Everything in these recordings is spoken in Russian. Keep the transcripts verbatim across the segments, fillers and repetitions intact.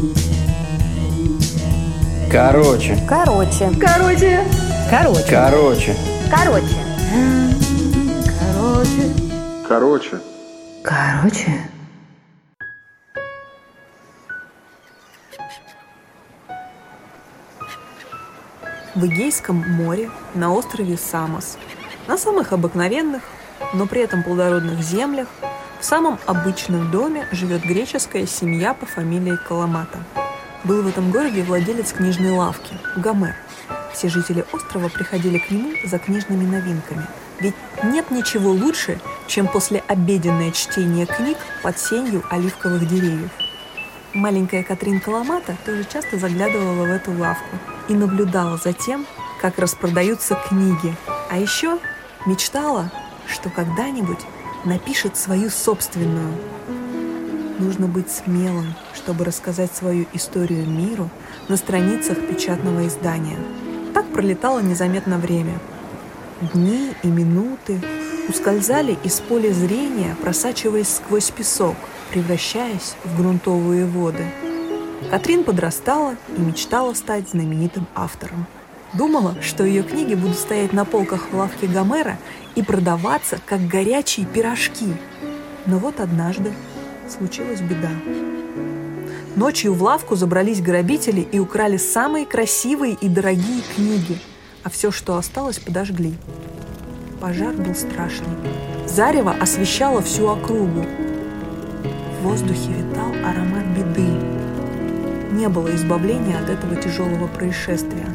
Короче. Короче. Короче. Короче. Короче. Короче. Короче. Короче. Короче. В Эгейском море, на острове Самос, на самых обыкновенных, но при этом плодородных землях, в самом обычном доме живет греческая семья по фамилии Каламата. Был в этом городе владелец книжной лавки – Гомер. Все жители острова приходили к нему за книжными новинками. Ведь нет ничего лучше, чем послеобеденное чтение книг под сенью оливковых деревьев. Маленькая Катрин Каламата тоже часто заглядывала в эту лавку и наблюдала за тем, как распродаются книги. А еще мечтала, что когда-нибудь напишет свою собственную. Нужно быть смелым, чтобы рассказать свою историю миру на страницах печатного издания. Так пролетало незаметно время. Дни и минуты ускользали из поля зрения, просачиваясь сквозь песок, превращаясь в грунтовые воды. Катрин подрастала и мечтала стать знаменитым автором. Думала, что ее книги будут стоять на полках в лавке Гомера и продаваться, как горячие пирожки. Но вот однажды случилась беда. Ночью в лавку забрались грабители и украли самые красивые и дорогие книги, а все, что осталось, подожгли. Пожар был страшный. Зарево освещало всю округу. В воздухе витал аромат беды. Не было избавления от этого тяжелого происшествия.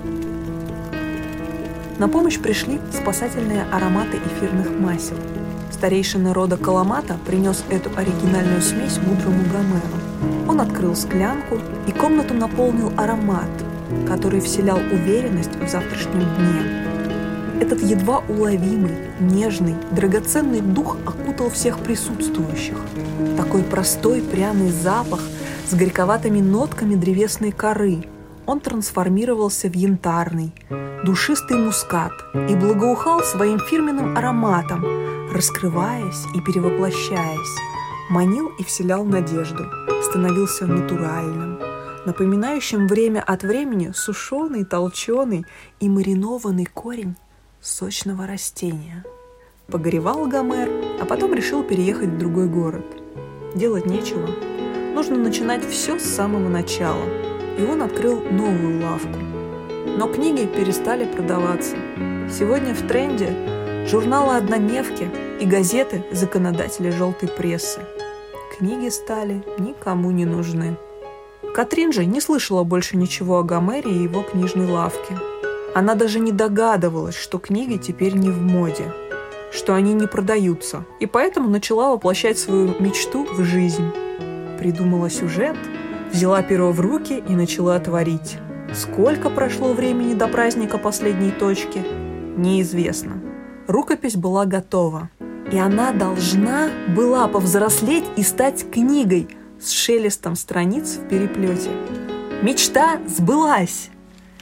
На помощь пришли спасательные ароматы эфирных масел. Старейшина рода Каламата принес эту оригинальную смесь мудрому Гомеру. Он открыл склянку, и комнату наполнил аромат, который вселял уверенность в завтрашнем дне. Этот едва уловимый, нежный, драгоценный дух окутал всех присутствующих. Такой простой пряный запах с горьковатыми нотками древесной коры. Он трансформировался в янтарный, душистый мускат и благоухал своим фирменным ароматом, раскрываясь и перевоплощаясь, манил и вселял надежду, становился натуральным, напоминающим время от времени сушеный, толченый и маринованный корень сочного растения. Погоревал Гомер, а потом решил переехать в другой город. Делать нечего. Нужно начинать все с самого начала. И он открыл новую лавку. Но книги перестали продаваться. Сегодня в тренде журналы-однодневки и газеты законодатели желтой прессы. Книги стали никому не нужны. Катрин же не слышала больше ничего о Гомере и его книжной лавке. Она даже не догадывалась, что книги теперь не в моде, что они не продаются, и поэтому начала воплощать свою мечту в жизнь. Придумала сюжет, взяла перо в руки и начала творить. Сколько прошло времени до праздника последней точки, неизвестно. Рукопись была готова, и она должна была повзрослеть и стать книгой с шелестом страниц в переплете. Мечта сбылась!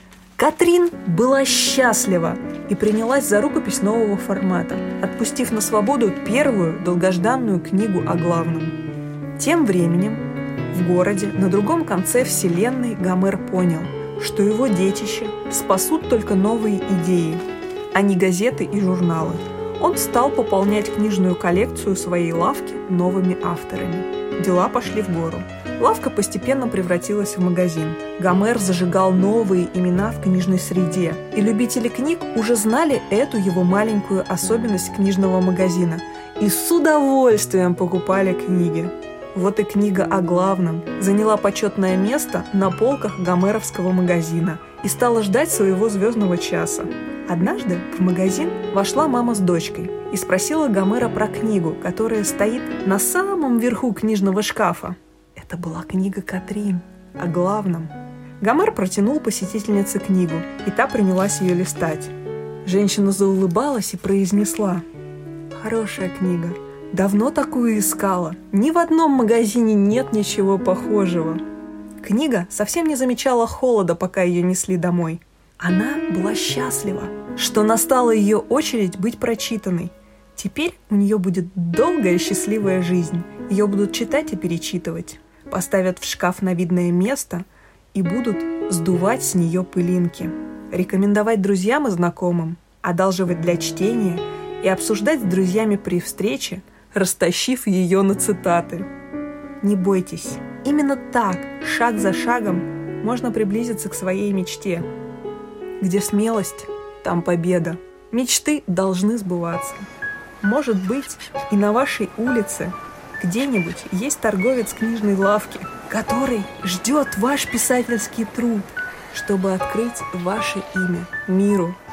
Катрин была счастлива и принялась за рукопись нового формата, отпустив на свободу первую долгожданную книгу о главном. Тем временем в городе, на другом конце вселенной, Гомер понял, что его детище спасут только новые идеи, а не газеты и журналы. Он стал пополнять книжную коллекцию своей лавки новыми авторами. Дела пошли в гору. Лавка постепенно превратилась в магазин. Гомер зажигал новые имена в книжной среде, и любители книг уже знали эту его маленькую особенность книжного магазина и с удовольствием покупали книги. Вот и книга о главном заняла почетное место на полках гомеровского магазина и стала ждать своего звездного часа. Однажды в магазин вошла мама с дочкой и спросила Гомера про книгу, которая стоит на самом верху книжного шкафа. Это была книга Катрин о главном. Гомер протянул посетительнице книгу, и та принялась ее листать. Женщина заулыбалась и произнесла: «Хорошая книга. Давно такую искала. Ни в одном магазине нет ничего похожего». Книга совсем не замечала холода, пока ее несли домой. Она была счастлива, что настала ее очередь быть прочитанной. Теперь у нее будет долгая счастливая жизнь. Ее будут читать и перечитывать. поставят в шкаф на видное место и будут сдувать с нее пылинки, рекомендовать друзьям и знакомым, одалживать для чтения и обсуждать с друзьями при встрече, растащив ее на цитаты. Не бойтесь, именно так, шаг за шагом, можно приблизиться к своей мечте. Где смелость, там победа. Мечты должны сбываться. Может быть, и на вашей улице где-нибудь есть торговец книжной лавки, который ждет ваш писательский труд, чтобы открыть ваше имя миру.